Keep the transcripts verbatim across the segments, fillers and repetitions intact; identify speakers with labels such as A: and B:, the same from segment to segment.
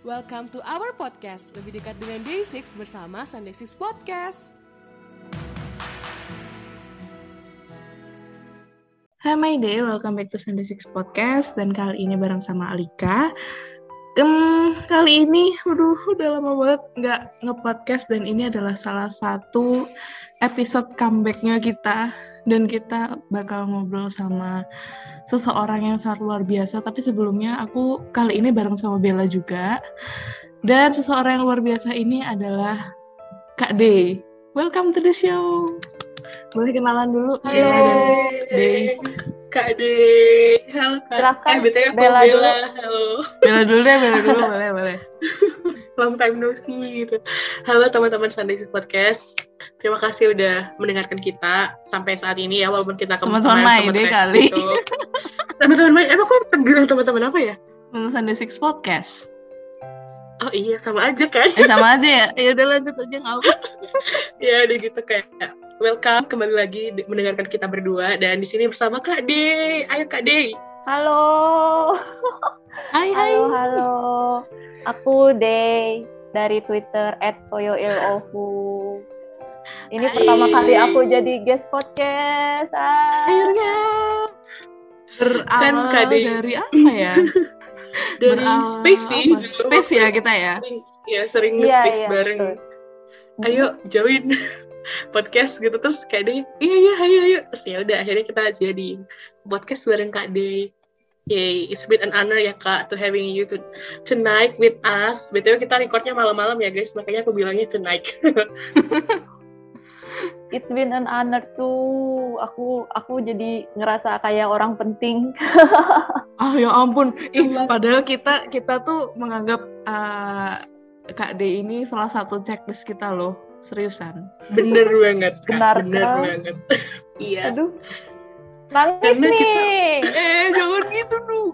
A: Welcome to our podcast, lebih dekat dengan Day enam bersama Sunday enam Podcast.
B: Hai my day, welcome back to Sunday enam Podcast. Dan kali ini bareng sama Alika. Um, kali ini, aduh, udah lama banget nggak nge-podcast. Dan ini adalah salah satu episode comeback-nya kita. Dan kita bakal ngobrol sama seseorang yang sangat luar biasa. Tapi sebelumnya aku kali ini bareng sama Bella juga. Dan seseorang yang luar biasa ini adalah Kak Day. Welcome to the show. Boleh kenalan dulu?
C: Halo,
B: Bella dan Day.
C: Kak Day. Halo Kak.
D: Silakan,
C: eh, B T W aku
D: Bella
C: Bella.
D: dulu.
C: Halo.
B: Bella dulu deh, Bella dulu. Boleh, boleh.
C: Long time no see gitu. Halo teman-teman Sunday enam Podcast. Terima kasih udah mendengarkan kita sampai saat ini ya, walaupun kita kemarin
B: Teman-teman
C: sempat
B: Maide
C: rest
B: kali.
C: gitu. Teman-teman Maide, emang kok bilang teman-teman apa ya?
B: Sunday enam Podcast.
C: Oh iya, sama aja kan?
B: Eh, sama aja ya? Ya udah lanjut aja, nggak apa.
C: Ya udah gitu kayak welcome kembali lagi di- mendengarkan kita berdua, dan di sini bersama Kak Day. Ayo Kak Day.
D: Halo.
B: Hai, hai.
D: Halo, halo. Aku Day dari Twitter et toyoilofu. Ini
C: Hai.
D: pertama kali aku jadi guest podcast. Ah.
B: Akhirnya berawal
C: Kan Kak Day.
B: dari apa ya?
C: Dari
B: Berawal
C: space sih.
B: apa? Space ya kita ya?
C: Sering, ya sering
D: Iya,
C: space
D: iya,
C: bareng.
D: betul.
C: Ayo join podcast gitu, terus kayak Day, iya iya ayo ayo, terus ya udah akhirnya kita jadi podcast bareng Kak Day. Yay, it's been an honor ya Kak to having you to, tonight with us. B T W kita recordnya malam-malam ya guys, makanya aku bilangnya tonight.
D: It's been an honor tuh. Aku aku jadi ngerasa kayak orang penting.
B: Oh ya ampun. Ih,
C: Emang.
B: padahal kita kita tuh menganggap uh, Kak D ini salah satu checklist kita loh. Seriusan.
C: Bener banget Kak,
D: Benar,
C: bener
D: Kak.
C: banget. Iya.
D: Aduh. Nangis
C: Karena
D: nih.
C: kita-
B: Eh, jangan gitu dong.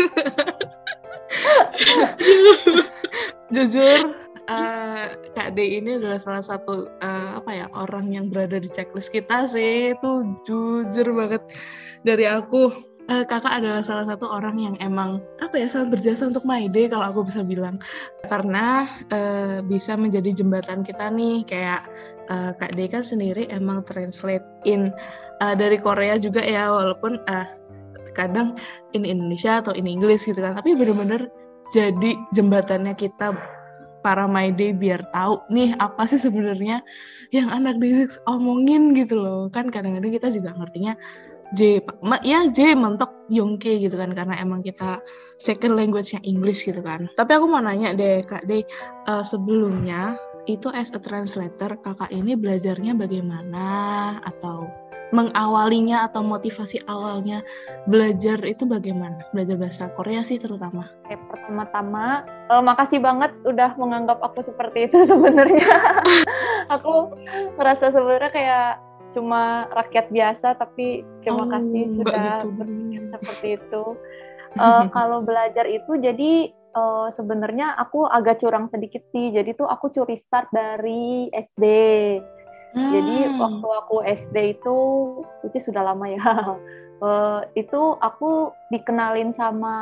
B: Jujur, uh, Kak D ini adalah salah satu uh, apa ya orang yang berada di checklist kita sih. Itu jujur banget dari aku. Uh, kakak adalah salah satu orang yang emang apa ya sangat berjasa untuk My Day kalau aku bisa bilang, karena uh, bisa menjadi jembatan kita nih. Kayak uh, Kak D kan sendiri emang translate in uh, dari Korea juga ya, walaupun uh, kadang in Indonesia atau in English gitu kan, tapi bener-bener jadi jembatannya kita para My Day biar tahu nih apa sih sebenarnya yang anak D enam omongin gitu loh. Kan kadang-kadang kita juga ngertinya J, ya J mentok Yongke gitu kan, karena emang kita second language-nya English gitu kan. Tapi aku mau nanya deh Kak D, uh, sebelumnya itu as a translator kakak ini belajarnya bagaimana, atau mengawalinya atau motivasi awalnya belajar itu bagaimana? Belajar bahasa Korea sih terutama.
D: Oke, pertama-tama uh, makasih banget udah menganggap aku seperti itu sebenarnya. Aku ngerasa sebenarnya kayak cuma rakyat biasa, tapi terima
B: Oh,
D: kasih
B: nggak
D: sudah
B: gitu.
D: berpikir seperti itu. Uh, kalau belajar itu jadi uh, sebenarnya aku agak curang sedikit sih. Jadi tuh aku curi start dari S D.
B: Hmm.
D: Jadi waktu aku S D itu, itu sudah lama ya. uh, itu aku dikenalin sama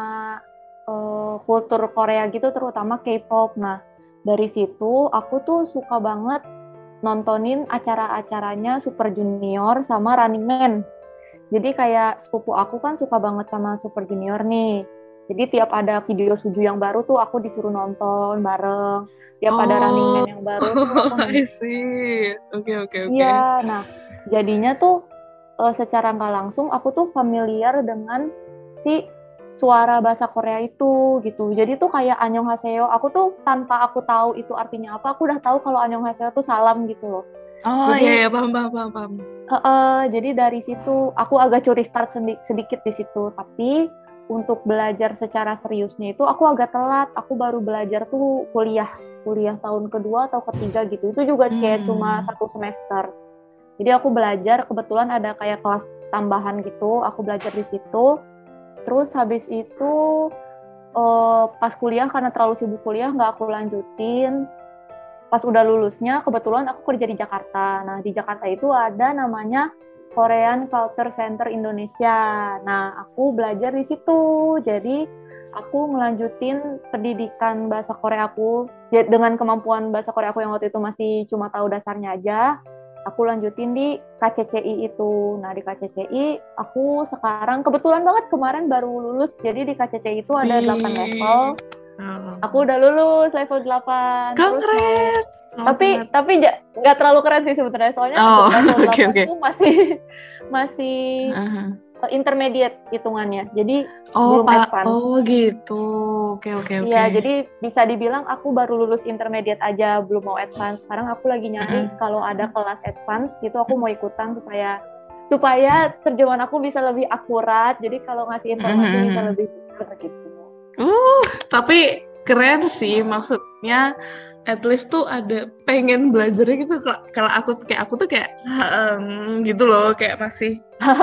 D: uh, kultur Korea gitu, terutama K-pop. Nah dari situ aku tuh suka banget nontonin acara-acaranya Super Junior sama Running Man. Jadi kayak sepupu aku kan suka banget sama Super Junior nih. Jadi tiap ada video Suju yang baru tuh aku disuruh nonton bareng. Tiap
B: Oh.
D: ada Running Man yang baru tuh aku
B: I
D: nonton.
B: see. Oke oke oke.
D: Iya, nah jadinya tuh uh, secara nggak langsung aku tuh familiar dengan si suara bahasa Korea itu gitu. Jadi tuh kayak annyeonghaseyo, aku tuh tanpa aku tahu itu artinya apa, aku udah tahu kalau annyeonghaseyo tuh salam gitu loh.
B: Oh
D: Jadi-
B: iya iya paham paham paham. paham.
D: Uh, uh, jadi dari situ aku agak curi start sendi- sedikit di situ. Tapi untuk belajar secara seriusnya itu aku agak telat. Aku baru belajar tuh kuliah, kuliah tahun kedua atau ketiga gitu. Itu juga kayak
B: Hmm.
D: cuma satu semester. Jadi aku belajar, kebetulan ada kayak kelas tambahan gitu. Aku belajar di situ. Terus habis itu uh, pas kuliah karena terlalu sibuk kuliah nggak aku lanjutin. Pas udah lulusnya kebetulan aku kerja di Jakarta. Nah di Jakarta itu ada namanya Korean Culture Center Indonesia. Nah aku belajar di situ. Jadi aku ngelanjutin pendidikan bahasa Korea aku ya, dengan kemampuan bahasa Korea aku yang waktu itu masih cuma tahu dasarnya aja. Aku lanjutin di K C C I itu. Nah, di K C C I aku sekarang kebetulan banget kemarin baru lulus. Jadi di K C C I itu ada delapan level.
B: Oh.
D: Aku udah lulus level delapan.
B: Keren.
D: Terus mau, tapi keren. tapi nggak terlalu keren sih sebenarnya. Soalnya
B: oh,
D: level delapan
B: okay, okay.
D: itu masih masih uh-huh. intermediate hitungannya. Jadi
B: oh,
D: belum
B: pa-
D: advance.
B: Oh, gitu. Oke, oke, oke.
D: Iya, jadi bisa dibilang aku baru lulus intermediate aja, belum mau advance. Sekarang aku lagi nyari uh-huh. kalau ada kelas advance gitu aku mau ikutan supaya supaya terjemahan aku bisa lebih akurat. Jadi kalau ngasih informasi uh-huh. bisa lebih benar gitu.
B: Uh, tapi keren sih, maksudnya at least tuh ada pengen belajarnya gitu. Kalau aku kayak aku tuh kayak um, gitu loh, kayak masih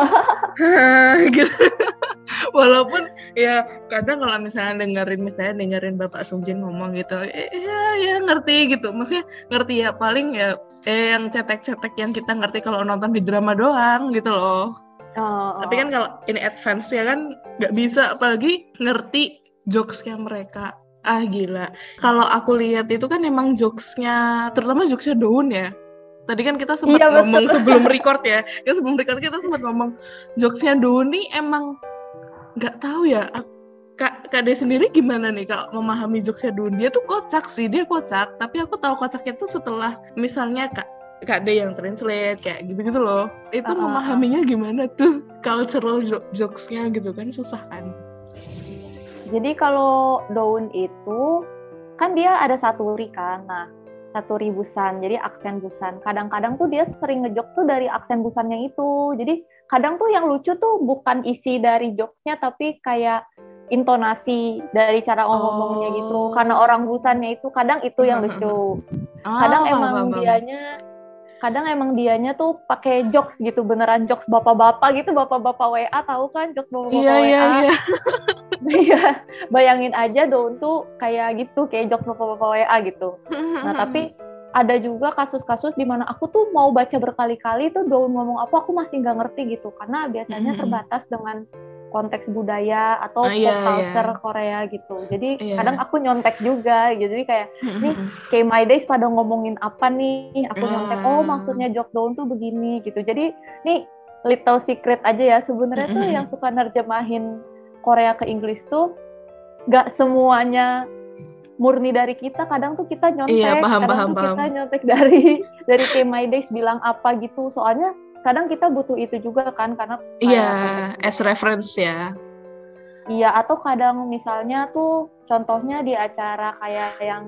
B: gitu. Walaupun ya kadang kalau misalnya dengerin misalnya dengerin Bapak Sungjin ngomong gitu, ya ya ngerti gitu. Maksudnya ngerti ya paling ya eh yang cetek-cetek yang kita ngerti kalau nonton di drama doang gitu loh.
D: Oh,
B: Tapi kan kalau ini advance ya kan nggak bisa, apalagi ngerti jokesnya mereka. Ah gila. Kalau aku lihat itu kan emang jokesnya, terutama jokesnya Doon ya. Tadi kan kita sempat
D: iya,
B: ngomong sebelum record ya. Ya sebelum record kita sempat ngomong jokesnya Doon nih emang nggak tahu ya. Kak Kak De sendiri gimana nih kalau memahami jokesnya Doon? Dia tuh kocak sih, dia kocak. Tapi aku tahu kocaknya tuh setelah misalnya Kak Kak De yang translate kayak gitu-gitu loh. Itu uh, memahaminya gimana tuh cultural jokes-nya gitu kan, susah kan?
D: Jadi kalau Doon itu kan dia ada saturi kan, nah saturi Busan, jadi aksen Busan. Kadang-kadang tuh dia sering ngejok tuh dari aksen Busannya itu. Jadi kadang tuh yang lucu tuh bukan isi dari jokesnya, tapi kayak intonasi dari cara ngomongnya oh. gitu. Karena orang Busannya itu kadang itu yang lucu. Kadang oh, emang bang, bang. dianya kadang emang dianya tuh pakai jokes gitu, beneran jokes bapak-bapak gitu, bapak-bapak W A, tahu kan jokes bapak-bapak
B: iya,
D: W A.
B: Iya, iya.
D: Iya, bayangin aja Doon tuh kayak gitu, kayak jokes bapak-bapak W A gitu. Nah, tapi ada juga kasus-kasus di mana aku tuh mau baca berkali-kali tuh Doon ngomong apa aku masih nggak ngerti gitu, karena biasanya terbatas dengan konteks budaya atau
B: oh,
D: pop
B: iya,
D: culture
B: iya.
D: Korea gitu. Jadi
B: iya.
D: kadang aku nyontek juga gitu. Jadi kayak nih kayak My Days pada ngomongin apa nih? Aku nyontek, oh maksudnya joke Doon tuh begini gitu. Jadi nih little secret aja ya, sebenarnya tuh yang suka nerjemahin Korea ke Inggris tuh nggak semuanya murni dari kita. Kadang tuh kita nyontek,
B: iya, paham,
D: kadang
B: paham,
D: tuh
B: paham.
D: kita nyontek dari dari kayak My Days bilang apa gitu. Soalnya kadang kita butuh itu juga kan, karena
B: iya, as reference ya.
D: Iya, atau kadang misalnya tuh contohnya di acara kayak yang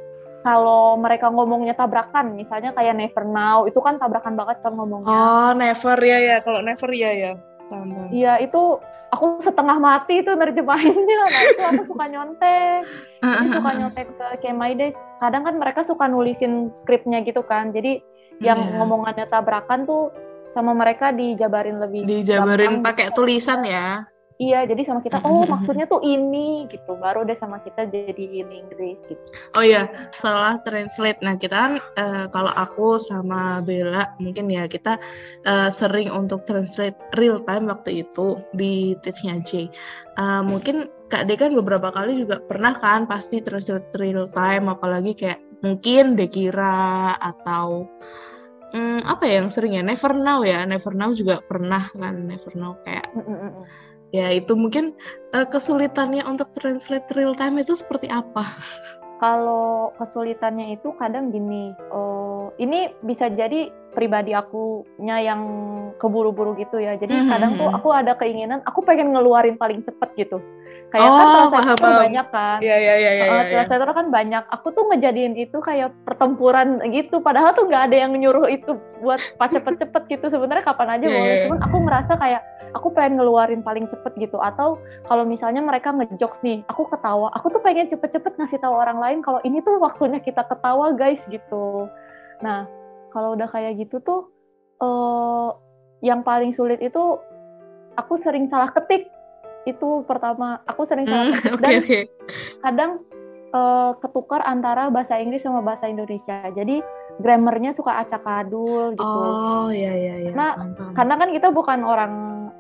D: kalau mereka ngomongnya tabrakan, misalnya kayak Never Now, itu kan tabrakan banget kan ngomongnya.
B: Oh, never ya ya, kalau never ya ya.
D: Iya, itu aku setengah mati tuh nerjemahinnya. Nah, itu aku suka nyontek. Jadi suka nyontek ke kayak My Days. Kadang kan mereka suka nulisin skripnya gitu kan. Jadi yang yeah. ngomongannya tabrakan tuh sama mereka dijabarin lebih
B: dijabarin pakai tulisan ya.
D: Iya, jadi sama kita, oh maksudnya tuh ini gitu, baru deh sama kita jadiin Inggris gitu.
B: Oh iya, salah translate. Nah kita kan uh, kalau aku sama Bella mungkin ya kita uh, sering untuk translate real time waktu itu di Teach-nya J. Uh, mungkin Kak De kan beberapa kali juga pernah kan pasti translate real time, apalagi kayak mungkin Dekira atau hmm, apa ya yang sering ya, Never Now ya, Never Now juga pernah kan, Never Now kayak. Mm-mm. Ya itu mungkin uh, kesulitannya untuk translate real time itu seperti apa?
D: Kalau kesulitannya itu kadang gini, uh, ini bisa jadi pribadi akunya yang keburu-buru gitu ya. Jadi mm-hmm. kadang tuh aku ada keinginan, aku pengen ngeluarin paling cepet gitu. Kayak oh, kan translator banyak kan,
B: ya, ya, ya, ya,
D: uh, translator ya. kan banyak. Aku tuh ngejadiin itu kayak pertempuran gitu. Padahal tuh nggak ada yang nyuruh itu buat pas cepet-cepet gitu. Sebenarnya kapan aja ya, boleh. Ya. Cuman aku ngerasa kayak aku pengen ngeluarin paling cepet gitu. Atau kalau misalnya mereka ngejokes nih, aku ketawa. Aku tuh pengen cepet-cepet ngasih tahu orang lain kalau ini tuh waktunya kita ketawa guys gitu. Nah kalau udah kayak gitu tuh, uh, yang paling sulit itu aku sering salah ketik. Itu pertama, aku sering salah ketik.
B: Mm, okay,
D: dan
B: okay.
D: kadang uh, ketukar antara bahasa Inggris sama bahasa Indonesia. Jadi grammarnya suka acak-adul gitu.
B: Oh iya iya iya.
D: Karena, karena kan kita bukan orang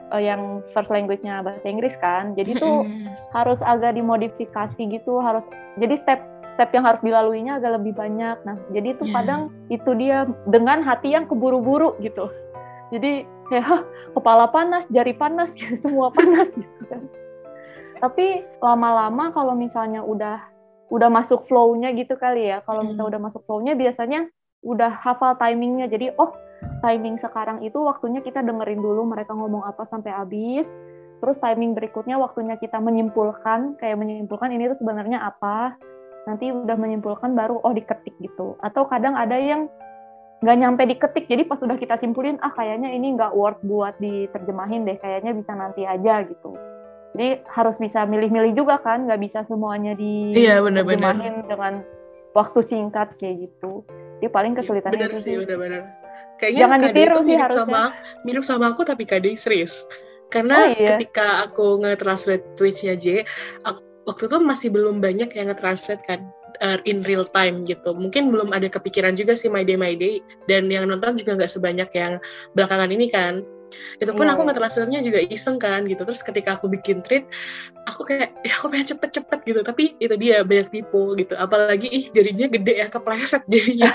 D: uh, yang first language-nya bahasa Inggris kan. Jadi tuh harus agak dimodifikasi gitu, harus jadi step step yang harus dilaluinya agak lebih banyak. Nah, jadi itu
C: Yeah.
D: kadang itu dia dengan hati yang keburu-buru gitu. Jadi kayak hah, kepala panas, jari panas, semua panas gitu kan. Tapi lama-lama kalau misalnya udah udah masuk flow-nya gitu kali ya. Kalau misalnya udah masuk flow-nya biasanya udah hafal timingnya. Jadi oh, timing sekarang itu waktunya kita dengerin dulu mereka ngomong apa sampai habis. Terus timing berikutnya waktunya kita menyimpulkan, kayak menyimpulkan ini tuh sebenarnya apa. Nanti udah menyimpulkan baru oh diketik gitu. Atau kadang ada yang nggak nyampe diketik, jadi pas udah kita simpulin, ah kayaknya ini nggak worth buat diterjemahin deh, kayaknya bisa nanti aja gitu. Jadi harus bisa milih-milih juga kan, nggak bisa semuanya
C: Iya, benar-benar.
D: diterjemahin dengan waktu singkat kayak gitu. Jadi paling kesulitannya
C: Bener
D: itu
C: sih,
D: sih.
C: bener-bener. Kayaknya
D: Jangan
C: Kak Dea
D: ditiru
C: tuh
D: sih
C: mirip
D: harusnya.
C: sama mirip sama aku tapi Kak Dea serius. Karena
D: Oh iya.
C: ketika aku nge-translate tweets-nya J, aku, waktu itu masih belum banyak yang nge-translate kan uh, in real time gitu. Mungkin belum ada kepikiran juga sih My Day My Day, dan yang nonton juga nggak sebanyak yang belakangan ini kan. Itu pun
D: Iya,
C: aku
D: iya.
C: nge-translate-nya juga iseng kan gitu. Terus ketika aku bikin tweet, aku kayak, ya aku pengen cepet-cepet gitu. Tapi itu dia, banyak tipu gitu. Apalagi, ih jarinya gede ya, kepleset jadinya.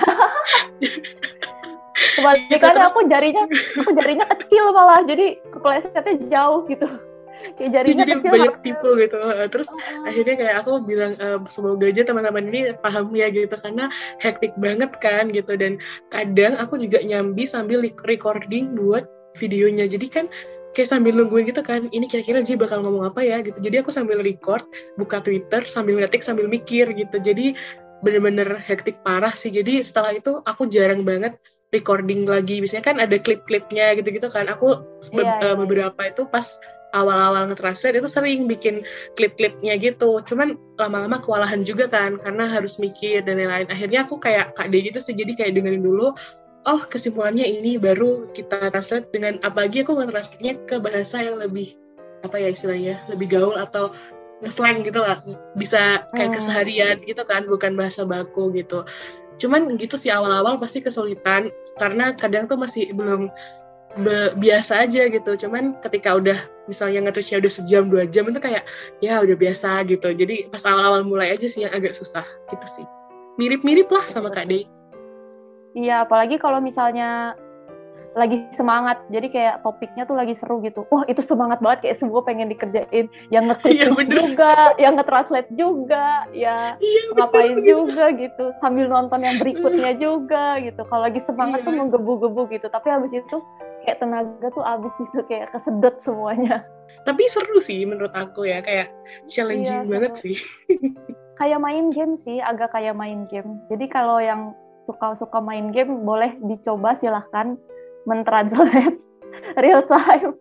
D: Kebalikannya
C: Gitu, terus-
D: aku jarinya aku jarinya kecil malah, jadi keplesetnya jauh gitu. Kayak jarinya
C: jadi
D: kecil.
C: banyak tipu gitu. Terus
D: Oh,
C: akhirnya kayak aku bilang e, semoga aja teman-teman ini paham ya gitu, karena hektik banget kan gitu. Dan kadang aku juga nyambi sambil recording buat videonya, jadi kan kayak sambil nungguin gitu kan, ini kira-kira Ji bakal ngomong apa ya gitu. Jadi aku sambil record, buka Twitter, sambil ngetik, sambil mikir gitu. Jadi bener-bener hektik parah sih. Jadi setelah itu aku jarang banget recording lagi. Biasanya kan ada klip-klipnya gitu-gitu kan. Aku be-
D: iya, iya,
C: uh, beberapa itu pas awal-awal nge-translate itu sering bikin klip-klipnya gitu. Cuman lama-lama kewalahan juga kan, karena harus mikir dan lain-lain. Akhirnya aku kayak Kak D gitu sih, jadi kayak dengerin dulu, oh kesimpulannya ini, baru kita translate dengan, apalagi aku nge-translate-nya ke bahasa yang lebih, apa ya istilahnya, lebih gaul atau nge-slang gitu lah. Bisa kayak
D: Hmm.
C: keseharian gitu kan, bukan bahasa baku gitu. Cuman gitu sih, awal-awal pasti kesulitan, karena kadang tuh masih belum Be- biasa aja gitu. Cuman ketika udah misalnya nge-tweetnya udah sejam dua jam itu kayak ya udah biasa gitu. Jadi pas awal-awal mulai aja sih yang agak susah gitu sih. Mirip-mirip lah sama Kak Dey.
D: Iya, apalagi kalau misalnya lagi semangat, jadi kayak topiknya tuh lagi seru gitu. Wah, itu semangat banget, kayak semua pengen dikerjain. Yang nge-tweet
C: Iya, bener.
D: juga, yang nge-translate juga, ya
C: Iya,
D: ngapain
C: bener,
D: juga gitu. Sambil nonton yang berikutnya juga gitu. Kalau lagi semangat
C: Iya.
D: tuh menggebu-gebu gitu. Tapi habis itu kayak tenaga tuh habis gitu, kayak kesedot semuanya.
C: Tapi seru sih menurut aku ya, kayak challenging
D: Iya,
C: banget
D: seru.
C: sih.
D: Kayak main game sih, agak kayak main game. Jadi kalau yang suka-suka main game boleh dicoba, silahkan mentranslate real time.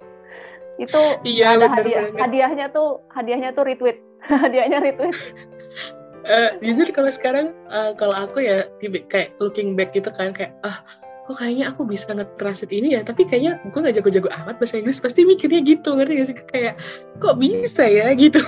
D: Itu
C: Iya,
D: ada
C: bener
D: hadiah,
C: banget.
D: hadiahnya tuh hadiahnya tuh retweet. Hadiahnya retweet.
C: Uh, jujur kalau sekarang uh, kalau aku ya kayak looking back gitu kan, kayak ah kok kayaknya aku bisa nge-translate ini ya, tapi kayaknya gue gak jago-jago amat bahasa Inggris, pasti mikirnya gitu, ngerti gak sih? Kayak kok bisa ya gitu.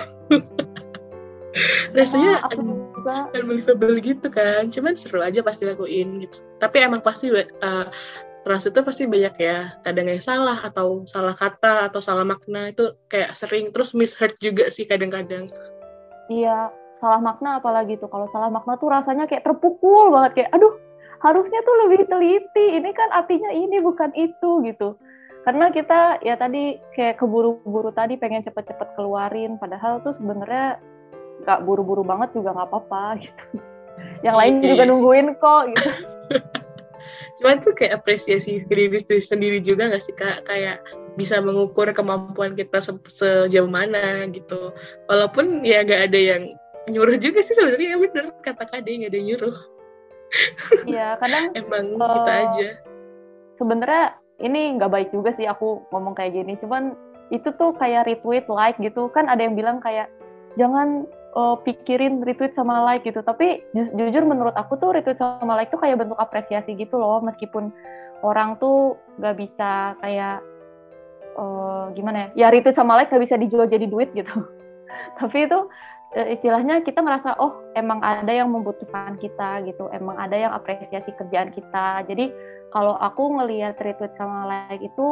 C: Rasanya
D: Sama aku juga.
C: unbelievable gitu kan, cuman seru aja pasti lakuin gitu. Tapi emang pasti uh, translate itu pasti banyak ya, kadang yang salah atau salah kata atau salah makna, itu kayak sering. Terus misheard juga sih kadang-kadang.
D: Iya, salah makna apalagi tuh. Kalau salah makna tuh rasanya kayak terpukul banget, kayak aduh, harusnya tuh lebih teliti. Ini kan artinya ini bukan itu gitu. Karena kita ya tadi kayak keburu-buru tadi pengen cepet-cepet keluarin, padahal tuh sebenarnya nggak buru-buru banget juga nggak apa-apa gitu. Yang lain
C: Iya,
D: juga
C: iya
D: nungguin kok gitu.
C: Cuman tuh kayak apresiasi diri sendiri juga nggak sih Kak? Kayak bisa mengukur kemampuan kita se- sejauh mana gitu. Walaupun ya nggak ada yang nyuruh juga sih sebenarnya, ya bener kata Kak Dey, nggak ada yang nyuruh.
D: Iya, kadang
C: Emang
D: uh,
C: kita aja.
D: Sebenarnya ini nggak baik juga sih aku ngomong kayak gini. Cuman itu tuh kayak retweet, like gitu. Kan ada yang bilang kayak jangan uh, pikirin retweet sama like gitu. Tapi ju- jujur menurut aku tuh retweet sama like tuh kayak bentuk apresiasi gitu loh. Meskipun orang tuh nggak bisa kayak uh, gimana ya? Ya retweet sama like nggak bisa dijual jadi duit gitu. Tapi itu istilahnya kita ngerasa oh emang ada yang membutuhkan kita gitu, emang ada yang apresiasi kerjaan kita. Jadi kalau aku ngelihat retweet sama like itu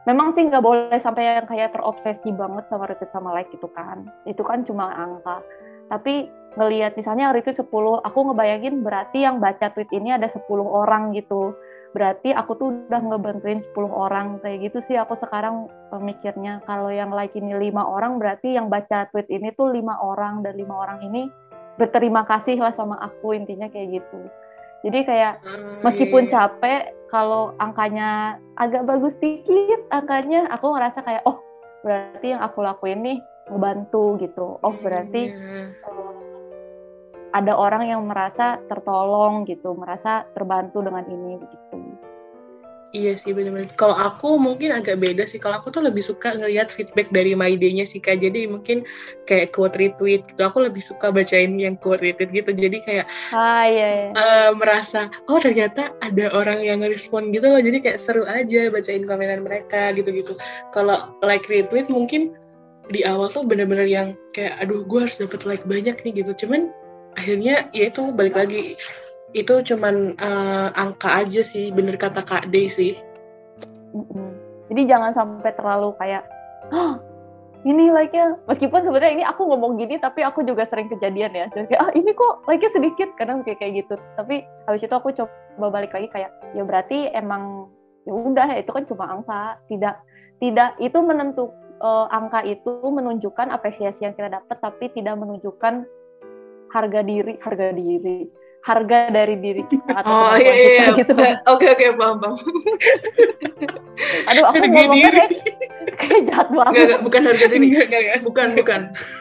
D: memang sih nggak boleh sampai yang kayak terobsesi banget sama retweet sama like gitu kan. Itu kan cuma angka. Tapi ngelihat misalnya yang retweet sepuluh, aku ngebayangin berarti yang baca tweet ini ada sepuluh orang gitu. Berarti aku tuh udah ngebantuin sepuluh orang. Kayak gitu sih aku sekarang mikirnya. Kalau yang like ini lima orang, berarti yang baca tweet ini tuh lima orang. Dan lima orang ini berterima kasih lah sama aku, intinya kayak gitu. Jadi kayak meskipun capek, kalau angkanya agak bagus dikit angkanya, aku ngerasa kayak, oh berarti yang aku lakuin nih ngebantu gitu. Oh berarti uh, ada orang yang merasa tertolong gitu, merasa terbantu dengan ini gitu.
C: Iya sih benar-benar. Kalau aku mungkin agak beda sih. Kalau aku tuh lebih suka ngelihat feedback dari my day-nya sih Kak. Jadi mungkin kayak quote retweet gitu. Aku lebih suka bacain yang quote retweet gitu. Jadi kayak
D: ah, iya, iya.
C: Uh, merasa oh ternyata ada orang yang nge-respon gitu loh. Jadi kayak seru aja bacain komenan mereka gitu-gitu. Kalau like retweet mungkin di awal tuh benar-benar yang kayak aduh gue harus dapet like banyak nih gitu. Cuman akhirnya ya itu balik lagi. Itu cuman uh, angka aja sih, bener kata Kak Dey sih.
D: Mm-mm. Jadi jangan sampai terlalu kayak, oh, ini like-nya, meskipun sebenarnya ini aku ngomong gini, tapi aku juga sering kejadian ya. Jadi kayak, ah ini kok like-nya sedikit, kadang kayak kayak gitu. Tapi habis itu aku coba balik lagi kayak, ya berarti emang ya udah itu kan cuma angka, tidak tidak itu menentu uh, angka itu menunjukkan apresiasi yang kita dapat, tapi tidak menunjukkan harga diri, harga diri. harga dari diri kita atau
C: oh,
D: kemampuan
C: iya, iya.
D: kita gitu.
C: Oke oke paham paham.
D: Aduh aku ngomongnya kayak, kayak jahat banget.
C: Enggak, enggak, bukan harga diri, enggak, enggak, bukan bukan.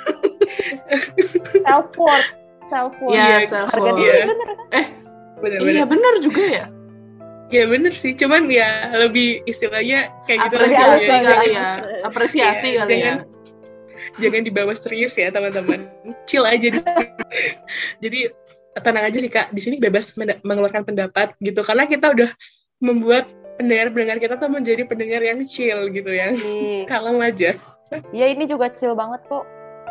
D: Self worth, self worth.
C: Iya, self worth.
D: Harga diri
C: Yeah.
D: bener kan?
C: Eh, benar-benar.
B: Iya benar juga ya.
C: Ya bener sih, cuman ya lebih istilahnya kayak gitu
B: apresiasi
C: aja.
B: kali ya, apresiasi
C: ya,
B: kali
C: jangan,
B: ya.
C: Jangan dibawa serius ya teman-teman, chill aja di sini. Jadi tenang aja sih Kak, di sini bebas menda- mengeluarkan pendapat gitu, karena kita udah membuat pendengar-pendengar kita tuh menjadi pendengar yang chill gitu, yang
D: Iya.
C: kalem aja.
D: Iya ini juga chill banget kok.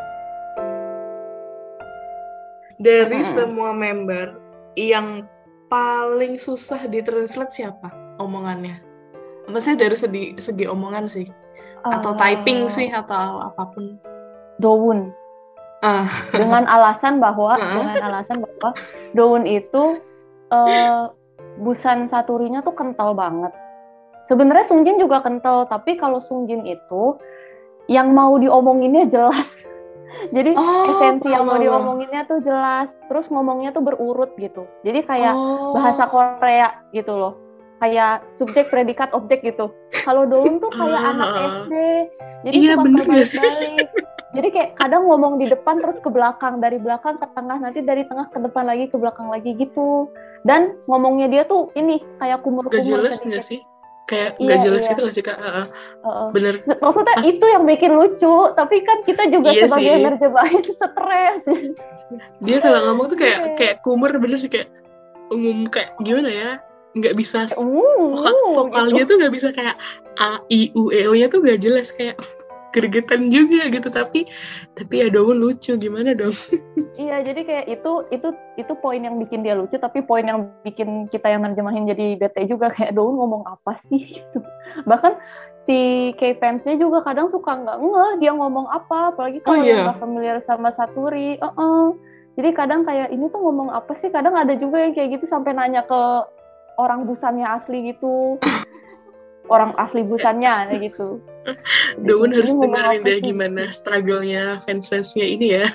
B: Dari
D: Hmm.
B: semua member yang paling susah ditranslate siapa omongannya? Maksudnya dari segi, segi omongan sih, atau
D: Uh,
B: typing sih, atau apapun.
D: Dowun.
B: Ah.
D: Dengan alasan bahwa
B: Uh-huh.
D: dengan alasan bahwa Dowun itu uh, busan saturinya tuh kental banget. Sebenarnya Sungjin juga kental, tapi kalau Sungjin itu yang mau diomonginnya jelas. Jadi
B: Oh,
D: esensi yang mau
B: paham.
D: diomonginnya tuh jelas, terus ngomongnya tuh berurut gitu. Jadi kayak
B: Oh.
D: bahasa Korea gitu loh. Kayak subjek, predikat, objek gitu. Kalau Dowun tuh kayak
C: Ah.
D: anak S D. Jadi
C: Iya,
D: suka
C: bener.
D: terbalik-balik. Jadi kayak kadang ngomong di depan terus ke belakang, dari belakang ke tengah, nanti dari tengah ke depan lagi, ke belakang lagi gitu. Dan ngomongnya dia tuh ini kayak kumur-kumur.
C: Gak jelas
D: sedikit.
C: nggak sih? Kayak
D: Iya,
C: gak jelas
D: iya.
C: gitu nggak sih Kak? Uh,
D: Uh-uh.
C: bener.
D: Maksudnya
C: Pas-
D: itu yang bikin lucu, tapi kan kita juga
C: Iya
D: sebagai
C: sih.
D: nerjemahin stres.
C: Dia kalau ngomong tuh kayak
D: Iya.
C: kayak kumur, bener sih, kayak umum, kayak gimana ya? Nggak bisa
D: Uh,
C: vokal, vokalnya
D: gitu.
C: tuh nggak bisa kayak A, I, U, E, O-nya tuh nggak jelas, kayak gregetan juga gitu. Tapi tapi ya Dowun lucu, gimana dong?
D: Iya, jadi kayak itu itu itu poin yang bikin dia lucu, tapi poin yang bikin kita yang nerjemahin jadi bete juga, kayak Dowun ngomong apa sih gitu. Bahkan si K-fansnya juga kadang suka nggak ngeh dia ngomong apa, apalagi kalau
B: Oh,
D: yang
B: iya.
D: nggak familiar sama Saturi. Uh-uh. Jadi kadang kayak ini tuh ngomong apa sih? Kadang ada juga yang kayak gitu sampai nanya ke orang busannya asli gitu. Orang asli busannya kayak gitu.
C: Dowun
D: Ini
C: harus
D: ngomong
C: dengerin
D: apa
C: deh
D: sih?
C: gimana struggle-nya fans-fansnya ini ya.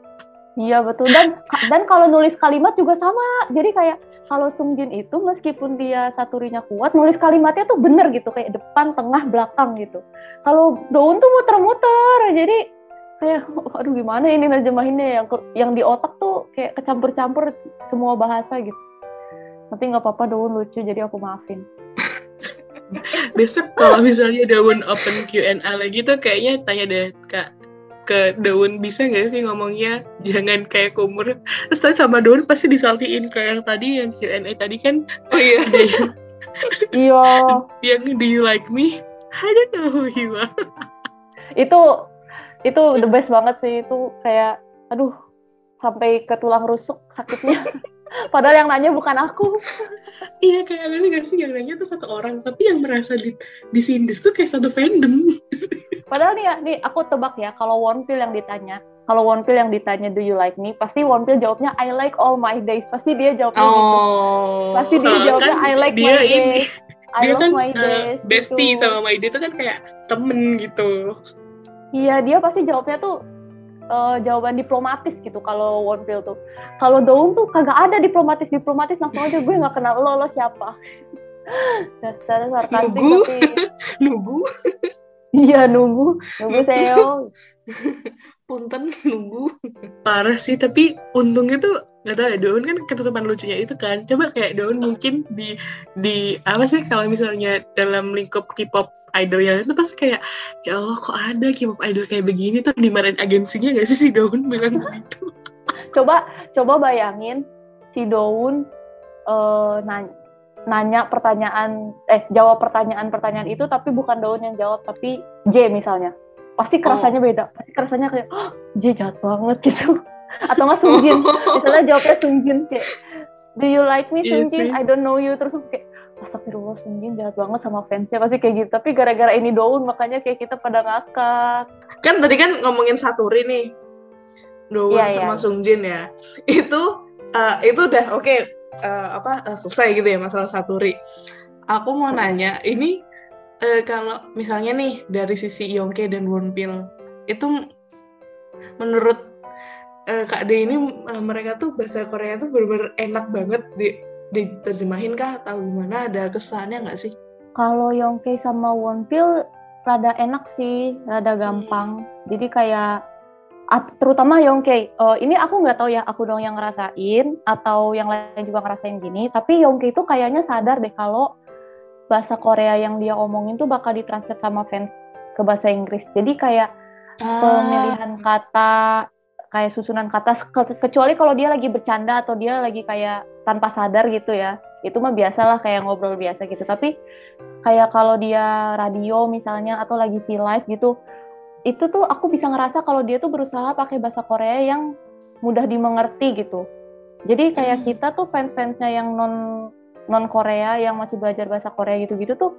D: Iya betul, dan dan kalau nulis kalimat juga sama. Jadi kayak kalau Sungjin itu meskipun dia saturinya kuat, nulis kalimatnya tuh bener gitu, kayak depan, tengah, belakang gitu. Kalau Dowun tuh muter-muter, jadi kayak aduh gimana ini nerjemahinnya, yang yang di otak tuh kayak kecampur-campur semua bahasa gitu. Tapi nggak apa-apa, Dowun lucu, jadi aku maafin.
C: Besok kalau misalnya Dowun open Q and A lagi tuh kayaknya tanya deh Kak ke Dowun, bisa nggak sih ngomongnya jangan kayak kumur. Terus tadi sama Dowun pasti disaltiin kayak yang tadi, yang Q and A tadi kan.
B: Oh iya.
C: Ada yang,
D: Iya,
C: yang do you like me? I don't know who you are.
D: itu itu the best banget sih, itu kayak aduh sampai ke tulang rusuk sakitnya. Padahal yang nanya bukan aku.
C: Iya, kayak ada nggak sih yang nanya tuh satu orang, tapi yang merasa di disindir tuh kayak satu fandom.
D: Padahal nih ya, nih aku tebak ya, kalau Wonpil yang ditanya, kalau Wonpil yang ditanya do you like me, pasti Wonpil jawabnya I like all my days. Pasti dia jawabnya
B: Oh.
D: gitu. Pasti dia
C: Uh,
D: jawabnya
C: kan
D: I like
C: dia
D: my
C: ini,
D: days. I
C: dia
D: love
C: kan
D: my
C: uh,
D: days.
C: bestie
D: gitu.
C: sama my day itu kan kayak temen gitu.
D: Iya, dia pasti jawabnya tuh uh, jawaban diplomatis gitu kalau Wonpil tuh. Kalau Daun tuh kagak ada diplomatis-diplomatis, langsung aja gue nggak kenal lo, lo siapa. Dasar sarkastik
B: Nugu.
D: tapi
B: Nunggu.
D: iya nunggu, nunggu seo.
B: Punten nunggu.
C: Parah sih, tapi untungnya tuh nggak tahu ya, Daun kan ketutupan lucunya itu kan. Coba kayak Daun mungkin di di apa sih kalau misalnya dalam lingkup K-pop idolnya itu pasti kayak ya Allah kok ada K-pop idol kayak begini tuh dimarahin agensinya nggak sih si Daun bilang begitu.
D: Coba coba bayangin si Daun uh, nanya, nanya pertanyaan eh jawab pertanyaan-pertanyaan itu tapi bukan Daun yang jawab tapi J misalnya. Pasti kerasanya oh. beda. Pasti kerasanya kayak oh, J jahat banget gitu. Atau nggak Sungjin. Misalnya jawabnya Sungjin kayak do you like me Sungjin? Yes, I don't know you. Terus kayak astagfirullah Sungjin jahat banget sama fansnya. Pasti kayak gitu. Tapi gara-gara ini Daun makanya kayak kita pada ngakak.
B: Kan tadi kan ngomongin Saturi nih. Daun yeah, sama yeah. Sungjin ya. Itu uh, itu udah oke okay, uh, apa uh, selesai gitu ya masalah Saturi. Aku mau nanya, ini uh, kalau misalnya nih dari sisi Youngke dan Wonpil, itu menurut uh, Kak De ini uh, mereka tuh bahasa Korea tuh benar-benar enak banget di diterjemahin kah atau gimana? Ada kesannya nggak sih?
D: Kalau Youngke sama Wonpil rada enak sih, rada gampang. Hmm. Jadi kayak terutama Youngke, uh, ini aku nggak tahu ya, aku dong yang ngerasain atau yang lain juga ngerasain gini. Tapi Youngke itu kayaknya sadar deh kalau bahasa Korea yang dia omongin tuh bakal ditranslate sama fans ke bahasa Inggris. Jadi kayak ah. pemilihan kata, kayak susunan kata, ke- kecuali kalau dia lagi bercanda atau dia lagi kayak tanpa sadar gitu ya. Itu mah biasalah kayak ngobrol biasa gitu. Tapi kayak kalau dia radio misalnya atau lagi V-Live gitu, itu tuh aku bisa ngerasa kalau dia tuh berusaha pakai bahasa Korea yang mudah dimengerti gitu. Jadi kayak hmm. kita tuh fans-fansnya yang non non Korea yang masih belajar bahasa Korea gitu-gitu tuh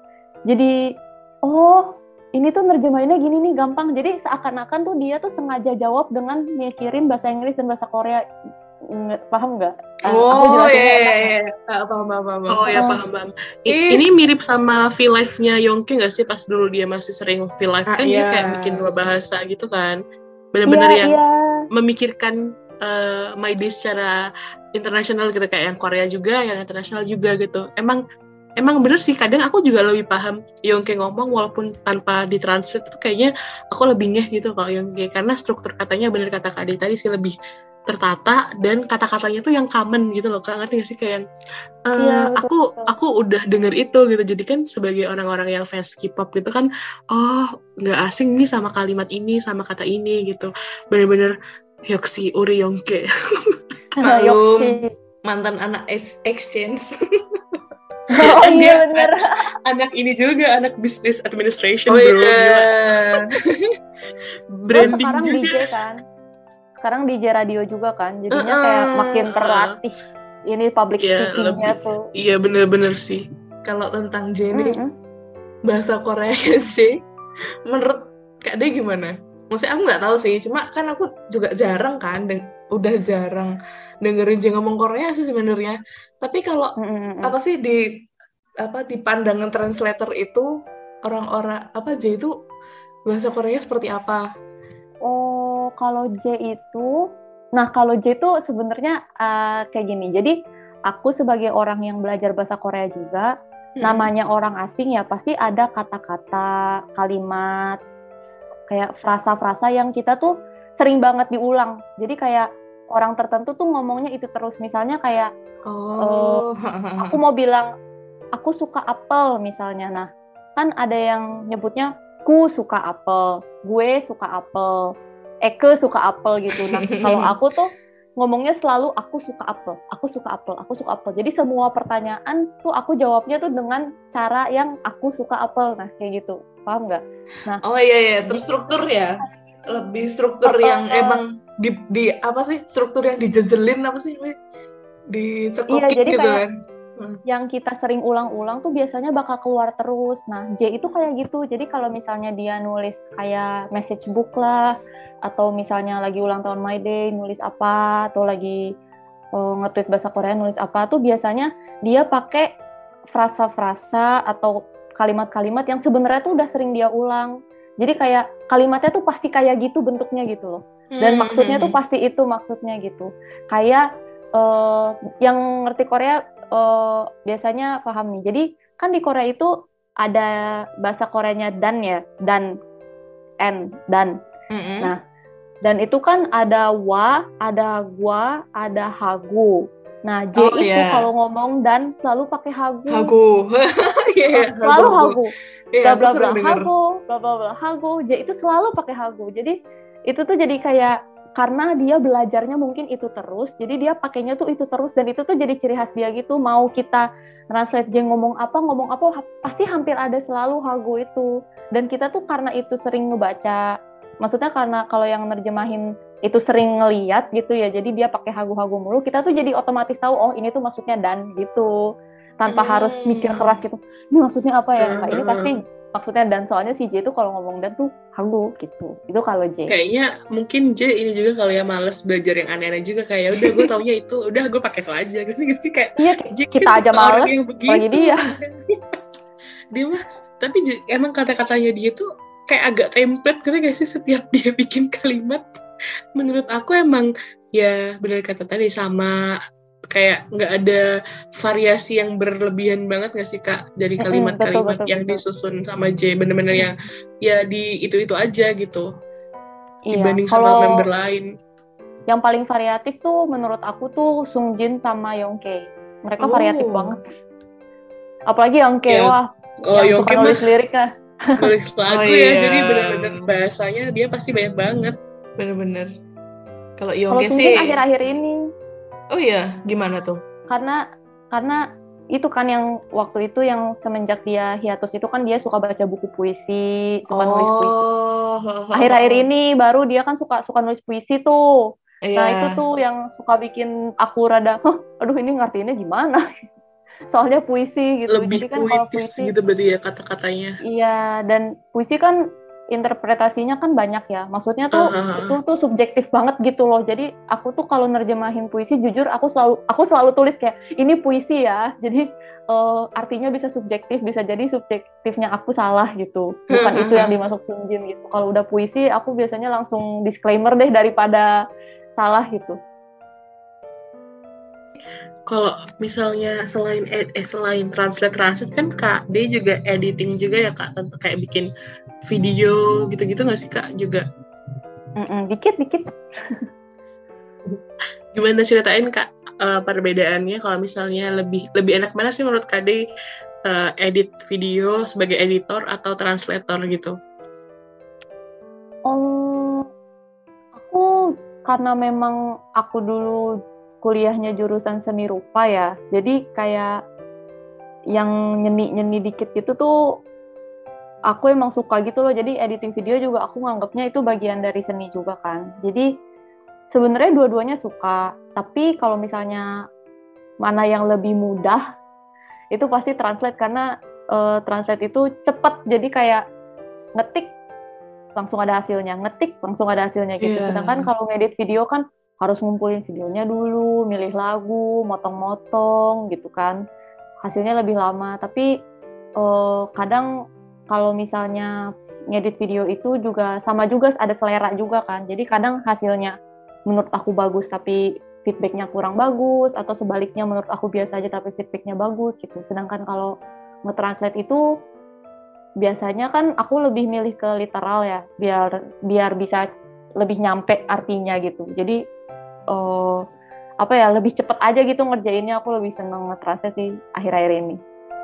D: jadi oh ini tuh nerjemahinnya gini nih gampang. Jadi seakan-akan tuh dia tuh sengaja jawab dengan mikirin bahasa Inggris dan bahasa Korea. Nggak, paham nggak?
B: Oh uh, iya iya iya paham paham paham.
C: Oh ya paham paham. I, ini mirip sama V-Live-nya Youngke nggak sih pas dulu dia masih sering V-Live ah, kan iya. Dia kayak bikin dua bahasa gitu kan. Benar-benar yeah, yang yeah. memikirkan uh, My Day secara internasional gitu kayak yang Korea juga, yang internasional juga gitu. Emang emang bener sih kadang aku juga lebih paham Youngke ngomong walaupun tanpa ditranslate itu kayaknya aku lebih ngeh gitu kalau Youngke karena struktur katanya bener kata Kak Ade tadi sih lebih tertata dan kata-katanya tuh yang common gitu loh Kak, ngerti gak sih kayak uh, ya, aku betul. aku udah denger itu gitu. Jadi kan sebagai orang-orang yang fans K-pop gitu kan oh nggak asing nih sama kalimat ini sama kata ini gitu. Bener-bener Yoksi Uri Youngke.
B: Malum mantan anak exchange.
D: Oh
C: kan
D: iya
C: dia
D: bener.
C: Anak ini juga anak business administration
B: oh,
C: bro.
B: Yeah.
C: Branding
D: oh, sekarang
C: juga.
D: D J kan. Sekarang D J radio juga kan, jadinya uh, kayak makin terlatih uh, ini public
C: yeah,
D: speaking-nya
C: lebih,
D: tuh.
C: Iya bener-bener sih.
B: Kalau tentang Jenny,
D: mm-hmm.
B: bahasa Korea sih, menurut Kak De gimana? Maksudnya aku nggak tahu sih, cuma kan aku juga jarang kan, deng- udah jarang dengerin J ngomong Korea sih sebenarnya. Tapi kalau mm-hmm. apa sih di apa di pandangan translator itu orang-orang apa J itu bahasa Koreanya seperti apa?
D: Oh, kalau J itu, nah kalau J itu sebenarnya uh, kayak gini. Jadi aku sebagai orang yang belajar bahasa Korea juga, hmm. namanya orang asing ya pasti ada kata-kata, kalimat, kayak frasa-frasa yang kita tuh sering banget diulang. Jadi kayak orang tertentu tuh ngomongnya itu terus. Misalnya kayak,
B: oh.
D: uh, aku mau bilang, aku suka apel misalnya. Nah, kan ada yang nyebutnya, ku suka apel, gue suka apel, Eke suka apel gitu. Nah, kalau aku tuh ngomongnya selalu aku suka apel, aku suka apel, aku suka apel. Jadi semua pertanyaan tuh aku jawabnya tuh dengan cara yang aku suka apel. Nah, kayak gitu. Paham nggak? Nah,
B: oh iya iya, terstruktur ya. Lebih struktur
D: apa,
B: yang emang di, di apa sih? Struktur yang dijejelin apa sih?
C: dicekokin
D: Iya, jadi
C: gitu
D: kayak
C: kan. Hmm.
D: yang kita sering ulang-ulang tuh biasanya bakal keluar terus. Nah, J itu kayak gitu. Jadi kalau misalnya dia nulis kayak message book lah, atau misalnya lagi ulang tahun My Day, nulis apa, atau lagi uh, nge-tweet bahasa Korea, nulis apa, tuh biasanya dia pakai frasa-frasa atau kalimat-kalimat yang sebenarnya tuh udah sering dia ulang. Jadi kayak kalimatnya tuh pasti kayak gitu bentuknya gitu loh. Dan
C: Hmm.
D: maksudnya tuh pasti itu maksudnya gitu. Kayak uh, yang ngerti Korea Uh, biasanya paham nih. Jadi kan di Korea itu ada bahasa Koreanya dan ya, dan, en, dan.
C: Mm-hmm.
D: Nah, dan itu kan ada wa, ada gua, ada hagu. Nah, J
C: Oh,
D: itu
C: yeah.
D: kalau ngomong dan selalu pakai hagu.
C: Hagu. Iya, yeah,
D: selalu hagu.
C: Iya,
D: Bla bla bla
C: denger.
D: hagu, bla bla bla hagu. J itu selalu pakai hagu. Jadi itu tuh jadi kayak karena dia belajarnya mungkin itu terus, jadi dia pakainya tuh itu terus, dan itu tuh jadi ciri khas dia gitu. Mau kita translate J ngomong apa, ngomong apa, pasti hampir ada selalu hagu itu. Dan kita tuh karena itu sering ngebaca, maksudnya karena kalau yang nerjemahin itu sering ngeliat gitu ya, jadi dia pakai hagu-hagu mulu, kita tuh jadi otomatis tahu, oh ini tuh maksudnya dan gitu, tanpa hmm. harus mikir keras gitu, ini maksudnya apa ya, nah, ini pasti maksudnya dan, soalnya si J itu kalau ngomong dan tuh hagu gitu. Itu kalau J.
C: Kayaknya mungkin J ini juga kalau ya males belajar yang aneh-aneh juga, kayak udah gue taunya itu, udah gue pakai itu aja gitu sih, kayak
D: iya,
C: J
D: kita
C: kan
D: aja males
C: yang
D: lagi dia.
C: Dia mah, tapi J, emang kata-katanya dia tuh kayak agak template gitu gak sih setiap dia bikin kalimat. Menurut aku emang ya benar kata tadi, sama kayak nggak ada variasi yang berlebihan banget nggak sih Kak dari kalimat-kalimat betul, betul, yang betul. disusun sama J, bener-bener yang ya di itu-itu aja gitu, iya, dibanding sama member lain.
D: Yang paling variatif tuh menurut aku tuh Sungjin sama Youngkei, mereka oh. variatif banget. Apalagi Youngkei, ya, wah
C: kalau
D: yang suka nulis liriknya,
C: nulis lagu oh, ya, iya. Jadi bener-bener bahasanya dia pasti banyak banget, bener-bener. Kalau Youngkei sih
D: akhir-akhir ini.
C: Oh iya, gimana tuh?
D: Karena karena itu kan yang waktu itu yang semenjak dia hiatus itu kan dia suka baca buku puisi, suka oh. nulis puisi. Akhir-akhir ini baru dia kan suka suka nulis puisi tuh. Yeah. Nah itu tuh yang suka bikin aku rada, huh, aduh ini ngertiinnya gimana? Soalnya puisi gitu.
C: Lebih
D: jadi kan
C: kalau
D: puisi
C: gitu berarti ya kata-katanya.
D: Iya, dan puisi kan interpretasinya kan banyak ya, maksudnya tuh uh-huh. itu tuh subjektif banget gitu loh. Jadi aku tuh kalau nerjemahin puisi, jujur aku selalu aku selalu tulis kayak ini puisi ya. Jadi uh, artinya bisa subjektif, bisa jadi subjektifnya aku salah gitu. Bukan uh-huh. itu yang dimasuk Sungjin gitu. Kalau udah puisi, aku biasanya langsung disclaimer deh daripada salah gitu.
C: Kalau misalnya selain ed- eh selain translate translate kan Kak D juga editing juga ya Kak, tentu kayak bikin video gitu-gitu nggak sih Kak juga?
D: Mm-mm, dikit dikit.
C: Gimana ceritain Kak uh, perbedaannya kalau misalnya lebih lebih enak mana sih menurut Kak D uh, edit video sebagai editor atau translator gitu?
D: Um, aku karena memang aku dulu kuliahnya jurusan seni rupa ya, jadi kayak yang nyeni-nyeni dikit gitu tuh aku emang suka gitu loh. Jadi editing video juga aku nganggapnya itu bagian dari seni juga kan. Jadi sebenarnya dua-duanya suka, tapi kalau misalnya mana yang lebih mudah itu pasti translate, karena uh, translate itu cepat, jadi kayak ngetik langsung ada hasilnya, ngetik langsung ada hasilnya gitu. Yeah. Sedangkan kalau ngedit video kan harus ngumpulin videonya dulu, milih lagu, motong-motong gitu kan. Hasilnya lebih lama, tapi eh, kadang kalau misalnya ngedit video itu juga sama juga, ada selera juga kan. Jadi kadang hasilnya menurut aku bagus tapi feedbacknya kurang bagus, atau sebaliknya menurut aku biasa aja tapi feedbacknya bagus gitu. Sedangkan kalau nge-translate itu biasanya kan aku lebih milih ke literal ya, biar biar bisa lebih nyampe artinya gitu. Jadi Uh, apa ya, lebih cepet aja gitu ngerjainnya. Aku lebih seneng nge-translate sih akhir-akhir ini.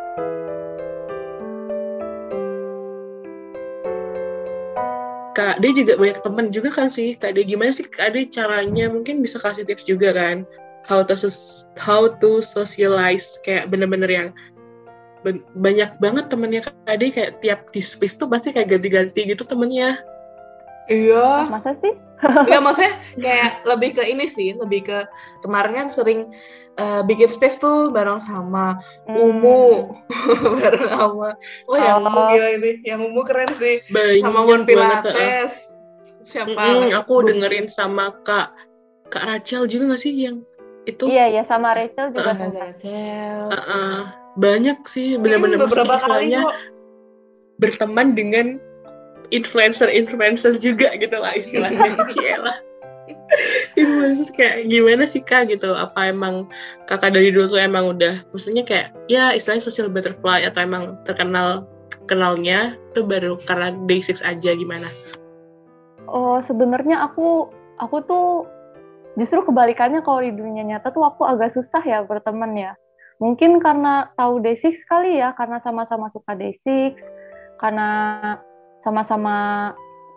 C: Kak D juga banyak teman juga kan sih. Kak D gimana sih Kak D caranya, mungkin bisa kasih tips juga kan, how to how to socialize, kayak bener-bener yang ben- banyak banget temennya Kak D, kayak tiap di space tuh pasti kayak ganti-ganti gitu temennya.
B: Iya.
D: Masa sih?
B: Enggak, maksudnya kayak lebih ke ini sih, lebih ke kemarin kan sering uh, bikin space tuh bareng sama
D: Hmm.
B: Umu, bareng sama, oh yang
D: Oh.
B: Umu gila ini, yang Umu keren sih,
C: Banyak
B: sama Mon
C: banget, uh.
B: Pilates, siapa?
C: Mm-mm,
B: lagi?
C: aku
B: Duh.
C: dengerin sama Kak Kak Rachel juga nggak sih yang itu?
D: Iya, ya sama Rachel juga
C: Uh,
D: sempat.
B: Rachel.
C: Uh-uh. Banyak sih,
B: Hmm,
C: benar-benar
B: beberapa
C: maksudnya
B: kali
C: istilahnya
B: kok.
C: berteman dengan influencer-influencer juga gitu lah istilahnya. Iyalah. Ini maksud kayak gimana sih Kak gitu? Apa emang Kakak dari dulu tuh emang udah, maksudnya kayak ya istilahnya social butterfly atau emang terkenal kenalnya tuh baru karena day six aja gimana?
D: Oh, sebenarnya aku aku tuh justru kebalikannya, kalau di dunia nyata tuh aku agak susah ya berteman ya. Mungkin karena tahu day six kali ya, karena sama-sama suka day six, karena sama-sama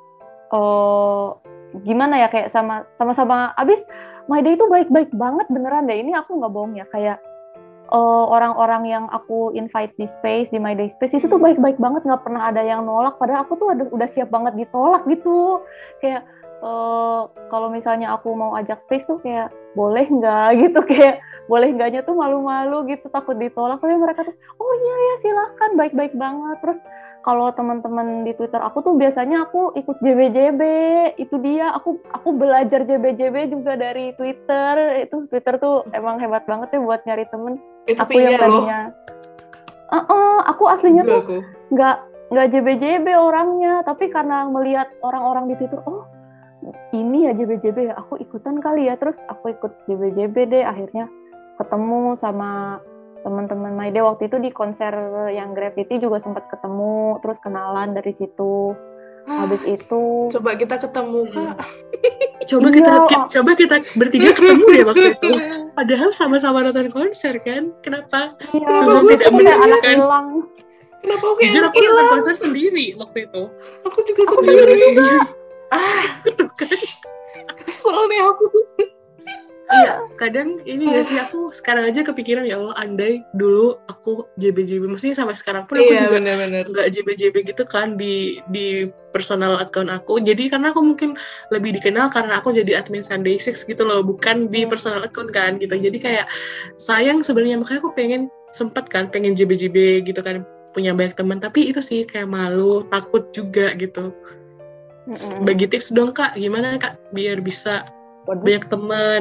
D: oh, gimana ya, kayak sama sama-sama abis My Day itu baik-baik banget beneran deh, ini aku nggak bohong ya, kayak uh, orang-orang yang aku invite di space, di My Day Space itu tuh baik-baik banget, nggak pernah ada yang nolak, padahal aku tuh ada, udah siap banget ditolak gitu, kayak uh, kalau misalnya aku mau ajak space tuh kayak boleh nggak gitu, kayak boleh nggaknya tuh malu-malu gitu, takut ditolak, tapi mereka tuh oh iya ya silahkan, baik-baik banget. Terus kalau teman-teman di Twitter aku tuh biasanya aku ikut J B J B, itu dia, aku aku belajar J B J B juga dari Twitter. Itu Twitter tuh emang hebat banget ya buat nyari temen.
B: Eh,
D: aku
B: tapi
D: yang
B: iya
D: tadinya, uh -uh, aku aslinya
B: Juga
D: tuh
B: aku.
D: nggak nggak J B J B orangnya, tapi karena melihat orang-orang di Twitter, oh ini ya J B J B ya, aku ikutan kali ya, terus aku ikut J B J B deh, akhirnya ketemu sama teman-teman My Day waktu itu di konser yang Gravity juga sempat ketemu, terus kenalan dari situ. Habis
B: Ah,
D: itu
B: coba kita ketemu Kak.
C: Coba
D: iya,
C: kita
D: oh.
C: coba kita bertiga ketemu deh waktu itu. Padahal sama-sama nonton konser kan? Kenapa?
D: Iya,
C: Kenapa
B: gue
C: tidak
D: kayak anak
C: menunjukkan?
D: hilang.
B: Kenapa aku kayak
C: Jujur
B: anak
C: aku nonton
B: hilang?
C: konser sendiri waktu itu.
B: Aku juga
D: Aku
B: sendiri.
D: sendiri juga.
B: Ah,
C: Tuh kan.
B: kesel nih aku.
C: Iya, kadang ini gak sih, aku sekarang aja kepikiran ya Allah, andai dulu aku J B J B, maksudnya sampai sekarang pun aku
B: Iya,
C: juga
B: bener-bener.
C: nggak J B J B gitu kan di di personal account aku. Jadi karena aku mungkin lebih dikenal karena aku jadi admin Sunday Six gitu loh, bukan di personal account kan gitu. Jadi kayak sayang sebenarnya, makanya aku pengen sempet kan pengen J B J B gitu kan, punya banyak teman, tapi itu sih kayak malu, takut juga gitu.
D: Mm-mm.
C: Bagi tips dong Kak, gimana Kak biar bisa
D: Waduh.
C: banyak teman?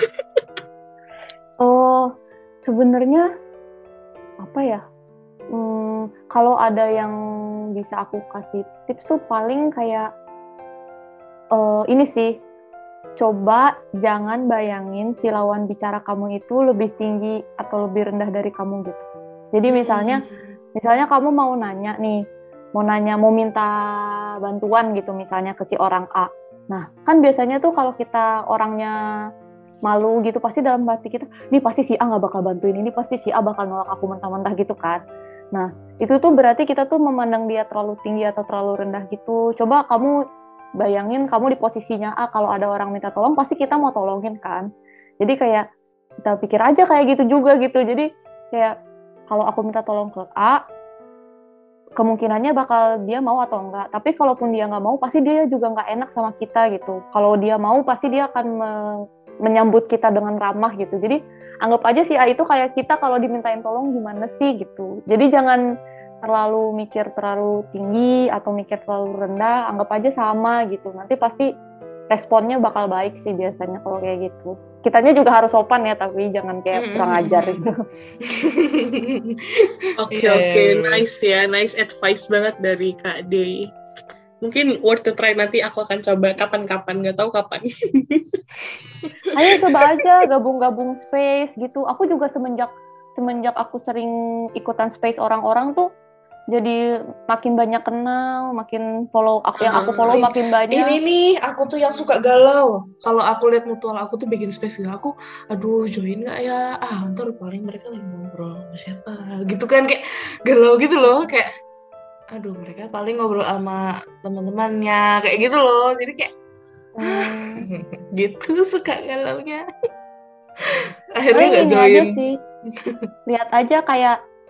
D: Oh, sebenarnya apa ya? Hmm, kalau ada yang bisa aku kasih tips tuh paling kayak uh, ini sih, coba jangan bayangin si lawan bicara kamu itu lebih tinggi atau lebih rendah dari kamu gitu. Jadi misalnya, hmm. misalnya kamu mau nanya nih, mau nanya, mau minta bantuan gitu misalnya ke si orang A. Nah, kan biasanya tuh kalau kita orangnya malu gitu, pasti dalam hati kita, nih pasti si A nggak bakal bantuin ini, pasti si A bakal nolak aku mentah-mentah gitu kan. Nah, itu tuh berarti kita tuh memandang dia terlalu tinggi atau terlalu rendah gitu. Coba kamu bayangin kamu di posisinya A, kalau ada orang minta tolong, pasti kita mau tolongin kan. Jadi kayak kita pikir aja kayak gitu juga gitu. Jadi kayak kalau aku minta tolong ke A, kemungkinannya bakal dia mau atau enggak. Tapi kalaupun dia nggak mau, pasti dia juga nggak enak sama kita gitu. Kalau dia mau, pasti dia akan me- menyambut kita dengan ramah gitu. Jadi anggap aja si A itu kayak kita kalau dimintain tolong gimana sih gitu. Jadi jangan terlalu mikir terlalu tinggi atau mikir terlalu rendah, anggap aja sama gitu. Nanti pasti responnya bakal baik sih biasanya kalau kayak gitu. Kitanya juga harus sopan ya, tapi jangan kayak kurang ajar gitu.
C: Oke oke, nice ya, nice advice banget dari Kak Day. Mungkin worth to try, nanti aku akan coba kapan-kapan, nggak tahu kapan.
D: Ayo coba aja gabung-gabung space gitu. Aku juga semenjak semenjak aku sering ikutan space orang-orang tuh, jadi makin banyak kenal, makin follow aku, yang aku follow makin banyak.
B: Ini nih, aku tuh yang suka galau. Kalau aku lihat mutual aku tuh bikin space gitu, aku, aduh join nggak ya? Ah, ntar paling mereka lagi ngobrol sama siapa? Gitu kan, kayak galau gitu loh, kayak, aduh mereka paling ngobrol sama teman-temannya, kayak gitu loh. Jadi kayak, hmm. gitu suka galaunya. Akhirnya nggak join.
D: Aja sih. Lihat aja kayak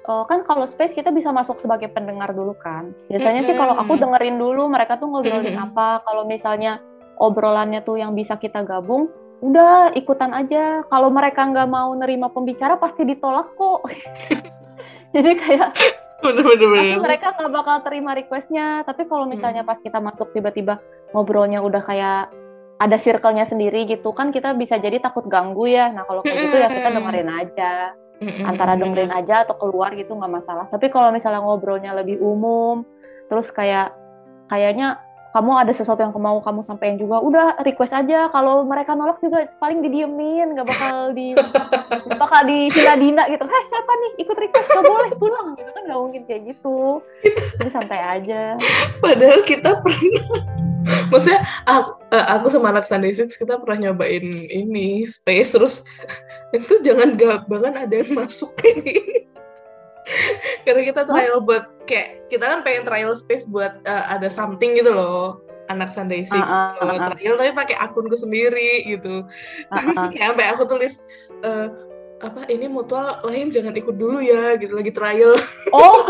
D: uh, kan kalau space kita bisa masuk sebagai pendengar dulu kan. Biasanya sih kalau aku dengerin dulu mereka tuh ngobrolin apa. Kalau misalnya obrolannya tuh yang bisa kita gabung, udah ikutan aja. Kalau mereka nggak mau nerima pembicara pasti ditolak kok. Jadi kayak pasti mereka nggak bakal terima requestnya. Tapi kalau misalnya pas kita masuk tiba-tiba ngobrolnya udah kayak ada circle-nya sendiri gitu kan, kita bisa jadi takut ganggu ya. Nah kalau kayak gitu ya kita dengerin aja, antara dengerin aja atau keluar gitu nggak masalah. Tapi kalau misalnya ngobrolnya lebih umum, terus kayak kayaknya kamu ada sesuatu yang mau kamu sampaikan juga, udah request aja. Kalau mereka nolak juga paling didiemin, nggak bakal di nggak bakal dihina-hina gitu. Heh siapa nih ikut request, nggak boleh pulang gitu kan, nggak mungkin kayak gitu. Jadi santai aja.
B: Padahal kita pernah, maksudnya aku, aku sama anak Sunday Six kita pernah nyobain ini space, terus itu jangan gabangan ada yang masuk kayak gini. Karena kita trial huh? buat kayak kita kan pengen trial space buat uh, ada something gitu loh, anak Sunday Six uh, uh, uh, uh. trial tapi pakai akunku sendiri gitu. Uh, uh. Kayak sampai aku tulis uh, apa ini mutual lain jangan ikut dulu ya gitu, lagi trial.
D: Oh.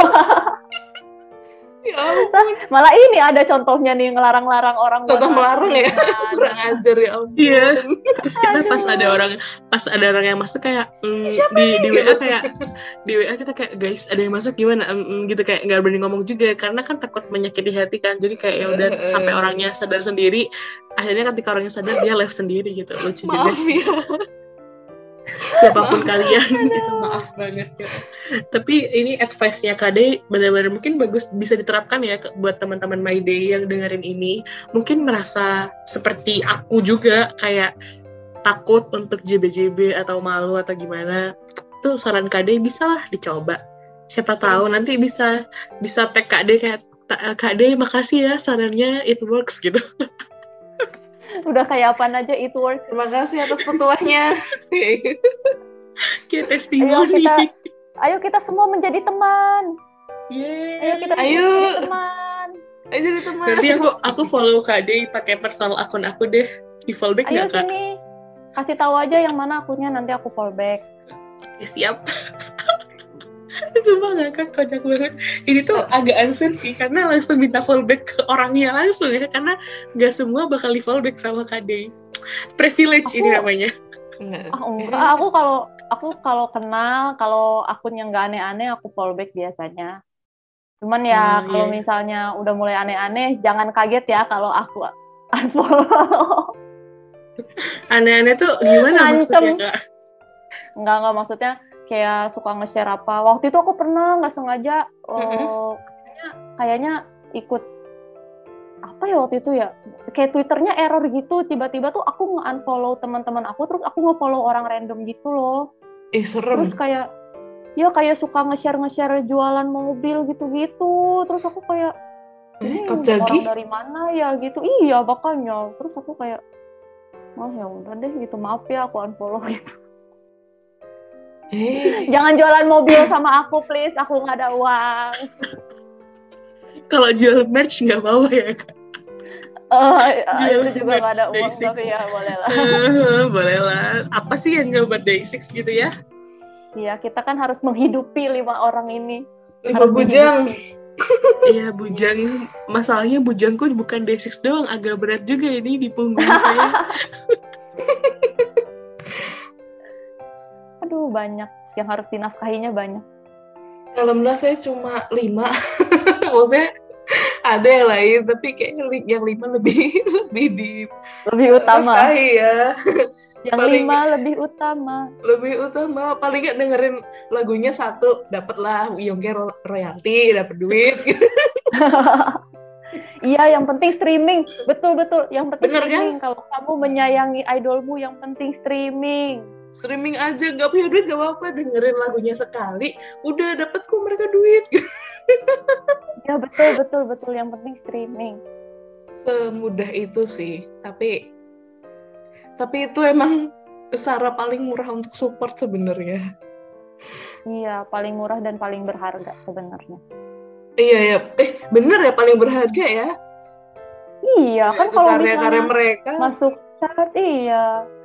D: Ya ampun. Malah ini ada contohnya nih ngelarang-larang orang.
B: Contoh melarang ya, kurang ajar ya ampun.
C: Iya. Terus kita pas ada orang, pas ada orang yang masuk kayak mm, di di W A kayak di W A kita kayak guys ada yang masuk gimana, mm, gitu kayak nggak berani ngomong juga karena kan takut menyakiti hati kan. Jadi kayak ya udah sampai orangnya sadar sendiri. Akhirnya ketika orangnya sadar dia live sendiri gitu. Lucu juga sih. Siapapun kalian gitu, maaf banget ya. Tapi ini advice-nya Kak Day benar-benar mungkin bagus, bisa diterapkan ya buat teman-teman My Day yang dengerin ini. Mungkin merasa seperti aku juga kayak takut untuk J B J B atau malu atau gimana. Tuh saran Kak Day bisa lah dicoba. Siapa tahu nanti bisa bisa tag Kak Day kayak Kak Day makasih ya sarannya, it works gitu.
D: Udah kayak apa aja it works.
B: Terima kasih atas petuahnya.
C: Kayak testimoni.
D: Ayo kita, ayo kita semua menjadi teman.
C: Yeay.
D: Ayo kita
B: ayo.
D: jadi teman.
B: Ayo jadi teman.
C: Nanti aku aku follow Kak Day pakai personal akun aku deh. Di follow back
D: ayo
C: nggak Kak?
D: Sini. Kasih tahu aja yang mana akunnya, nanti aku follow back.
C: Oke, siap. Cuma gak Kak, kocak banget. Ini tuh agak unfair sih, karena langsung minta fallback ke orangnya langsung ya, karena gak semua bakal di fallback sama Kak Day. Privilege aku, ini namanya.
D: Oh, enggak, aku kalau aku kalau kenal, kalau akun yang gak aneh-aneh aku fallback biasanya. Cuman ya hmm, kalau yeah. misalnya udah mulai aneh-aneh, jangan kaget ya kalau aku unfollow.
C: Aneh-aneh tuh gimana maksudnya Kak?
D: Enggak, enggak maksudnya kayak suka nge-share apa. Waktu itu aku pernah nggak sengaja mm-hmm. uh, kayaknya, kayaknya ikut apa ya waktu itu ya, kayak Twitternya error gitu, tiba-tiba tuh aku nge-unfollow teman-teman aku, terus aku nge-follow orang random gitu loh.
B: Eh serem.
D: Terus kayak ya kayak suka nge-share nge-share jualan mobil gitu-gitu, terus aku kayak ini eh, orang dari mana ya gitu. Iya makanya, terus aku kayak oh ya udah deh gitu, maaf ya aku unfollow gitu. Eh. Jangan jualan mobil sama aku please, aku nggak ada uang.
C: Kalau jual merch nggak apa-apa ya Kak?
D: Uh, jual itu juga nggak ada uang, tapi ya boleh lah.
C: Uh, boleh lah. Apa sih yang nggak buat Day Six gitu ya?
D: Iya, kita kan harus menghidupi lima orang ini.
B: Lima bujang.
C: Iya bujang. Masalahnya bujangku bukan Day Six doang, agak berat juga ini di punggung saya.
D: Aduh, banyak yang harus dinafkahinya, banyak.
B: Alhamdulillah saya cuma lima. Maksudnya ada yang lain, tapi kayaknya yang lima lebih lebih di
D: lebih utama.
B: Ya.
D: Yang paling, lima lebih utama.
B: Lebih utama. Paling nggak dengerin lagunya satu, dapatlah Yongge royalti, dapat duit.
D: Iya, yang penting streaming. Betul betul. Yang penting
B: bener,
D: streaming.
B: Kan?
D: Kalau kamu menyayangi idolmu, yang penting streaming.
B: Streaming aja, nggak punya duit nggak apa-apa, dengerin lagunya sekali, udah dapat kok mereka duit.
D: Ya betul betul betul, yang penting streaming.
B: Semudah itu sih, tapi tapi itu emang cara paling murah untuk support sebenarnya.
D: Iya, paling murah dan paling berharga sebenarnya.
B: Iya ya, eh bener ya paling berharga ya.
D: Iya kan, kalau
B: karya-karya mereka
D: masuk chart, iya.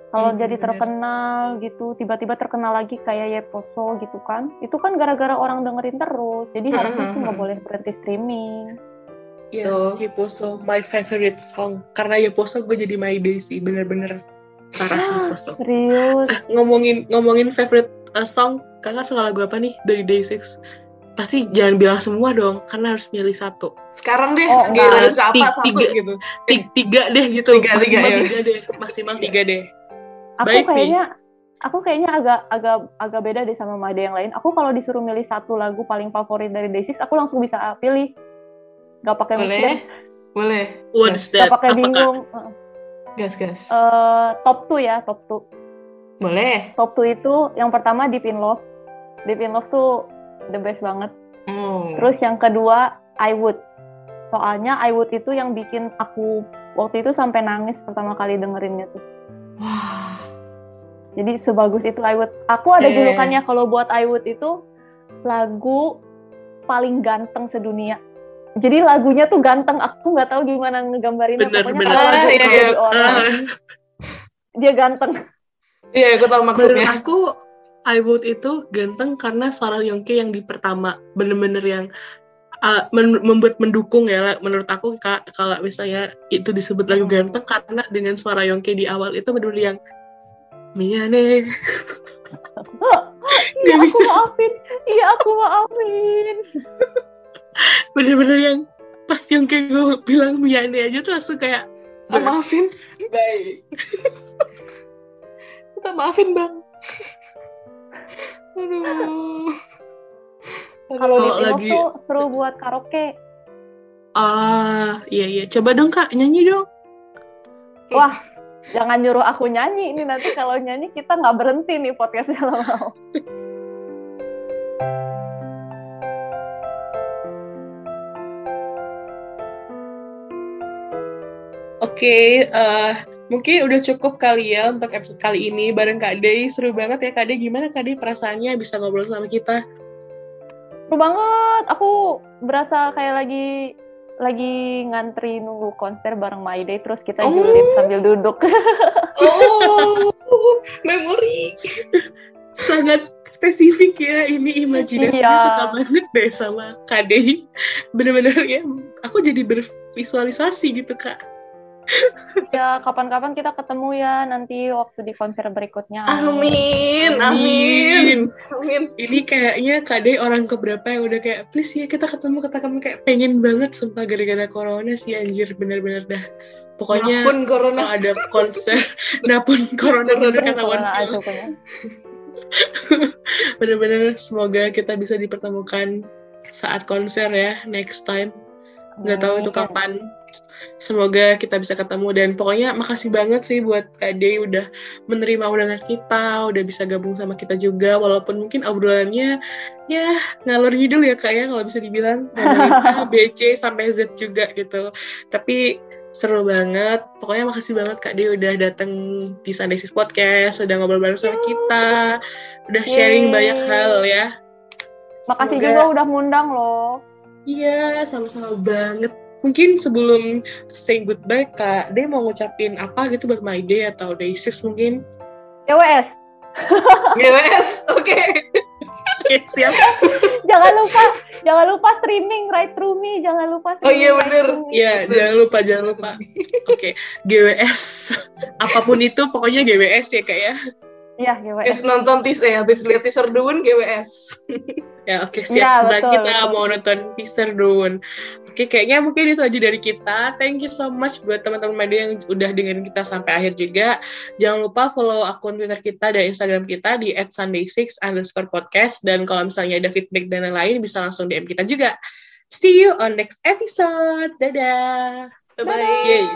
D: Kalau
B: Hmm,
D: jadi
B: bener.
D: terkenal gitu, tiba-tiba terkenal lagi kayak Yeposo gitu kan. Itu kan gara-gara orang dengerin terus. Jadi harusnya tuh nggak boleh berhenti streaming.
C: Yes,
B: Tuh.
C: Yeposo, my favorite song. Karena Yeposo gue jadi my day sih, bener-bener parah tuh Yeposo.
D: Serius.
C: Ngomongin ngomongin favorite uh, song, kakak suka lagu apa nih dari day six? Pasti jangan bilang semua dong, karena harus milih satu.
B: Sekarang deh,
D: Oh,
B: gitu,
D: enggak.
B: harus ke apa
C: Tiga-
B: satu
C: tiga.
B: gitu.
C: Tiga, tiga deh gitu,
B: Tiga, tiga,
C: maksimal
B: ya,
C: tiga
B: wes.
C: deh, maksimal tiga deh.
D: Aku
C: Baik nih.
D: kayaknya aku kayaknya agak agak agak beda deh sama Made yang lain. Aku kalau disuruh milih satu lagu paling favorit dari Day Six, aku langsung bisa pilih. Gak pakai mikir,
B: Boleh, boleh.
C: What's
B: Gas,
C: that?
D: gak pakai
C: Apa, Kak?
D: bingung.
B: gas, gas.
D: Eh, top two ya, top two.
B: Boleh.
D: Top two itu yang pertama Deep in Love. Deep in Love tuh the best banget.
B: Hmm.
D: Terus yang kedua I Would. Soalnya I Would itu yang bikin aku waktu itu sampai nangis pertama kali dengerinnya tuh.
B: Wah.
D: Jadi sebagus itu I Would. Aku ada
B: Eh.
D: julukannya kalau buat I Would itu lagu paling ganteng sedunia. Jadi lagunya tuh ganteng. Aku nggak tahu gimana ngegambarinnya.
C: Bener,
D: Pokoknya
C: bener.
D: kalau
B: Ah,
D: lagu
B: iya,
D: itu
B: iya.
D: jadi orang,
C: Ah,
D: dia ganteng.
B: Iya, aku tahu
C: menurut
B: maksudnya.
C: aku I Would itu ganteng karena suara Yongke yang di pertama bener-bener yang uh, men- membuat mendukung ya menurut aku Kak, kalau misalnya itu disebut lagu
D: Hmm.
C: ganteng karena dengan suara Yongke di awal itu bener-bener yang Miyane
D: Iya
C: Gak
D: aku
C: bisa.
D: maafin. Iya aku maafin.
C: bener-bener yang pas Yongke gue bilang Miyane aja tuh langsung kayak
B: Kita maafin. Baik. Kita maafin, Bang. Aduh.
D: Kalau
C: Kalau
D: di Pinok
C: lagi-
D: tuh seru buat karaoke.
C: ah iya iya coba dong Kak nyanyi dong.
D: Wah, jangan nyuruh aku nyanyi. Ini nanti kalau nyanyi kita nggak berhenti nih podcastnya lama.
C: Oke, eh, mungkin udah cukup kali ya untuk episode kali ini bareng Kak Dey. Seru banget ya Kak Dey. Gimana Kak Dey perasaannya bisa ngobrol sama kita?
D: Seru banget. Aku berasa kayak lagi lagi ngantri nunggu konser bareng My Day, terus kita
B: Oh.
D: julid sambil duduk.
B: Oh, memori.
C: Sangat spesifik ya, ini imajinasinya
D: Iya.
C: suka banget deh sama Kak Dey. Bener-bener ya, aku jadi bervisualisasi gitu Kak.
D: Ya, kapan-kapan kita ketemu ya nanti waktu di konser berikutnya.
B: Amin, amin, amin.
C: Ini kayaknya Kak Dey orang keberapa yang udah kayak, please ya kita ketemu, kita ketemu kayak pengen banget sumpah gara-gara corona sih anjir, bener-bener dah. Pokoknya
B: Napun corona.
C: kalau ada konser, napun corona bener kata
D: Corona
C: Wan.
D: aja punya.
C: Bener-bener semoga kita bisa dipertemukan saat konser ya, next time. Nggak tahu itu
D: Amin.
C: kapan. Semoga kita bisa ketemu dan pokoknya makasih banget sih buat Kak Dey udah menerima undangan kita, udah bisa gabung sama kita juga walaupun mungkin obrolannya ya ngalor ngidul ya Kak ya kalau bisa dibilang ngomongin A, B, C sampai Z juga gitu. Tapi seru banget. Pokoknya makasih banget Kak Dey udah datang di Sunday Sis Podcast, udah ngobrol bareng sama kita, udah sharing
D: Yeay.
C: banyak hal ya.
D: Makasih
C: Semoga-
D: juga udah ngundang loh.
C: Iya, sama-sama banget. Mungkin sebelum say goodbye, Kak Dey mau ngucapin apa gitu buat My Day atau Day Six mungkin?
D: G W S.
B: G W S, oke.
C: Oke, siap.
D: Jangan lupa, jangan lupa streaming Right Through Me, jangan lupa
B: Oh iya,
D: streaming Right
B: bener.
D: Through Me.
C: Iya, jangan lupa, jangan lupa. Oke, G W S. Apapun itu, pokoknya G W S ya, Kak ya.
D: Iya, G W S.
B: Habis nonton teaser, eh, habis lihat teaser Duun G W S.
C: Ya, oke,
D: Iya,
C: siap. Sebentar
D: betul,
C: kita
D: betul.
C: mau nonton teaser dulu. Oke, kayaknya mungkin itu aja dari kita. Thank you so much buat teman-teman media yang udah dengerin kita sampai akhir juga. Jangan lupa follow akun Twitter kita dan Instagram kita di at sunday six underscore podcast. Dan kalau misalnya ada feedback dan lain-lain, bisa langsung D M kita juga. See you on next episode. Dadah!
B: Bye-bye.
C: Yay!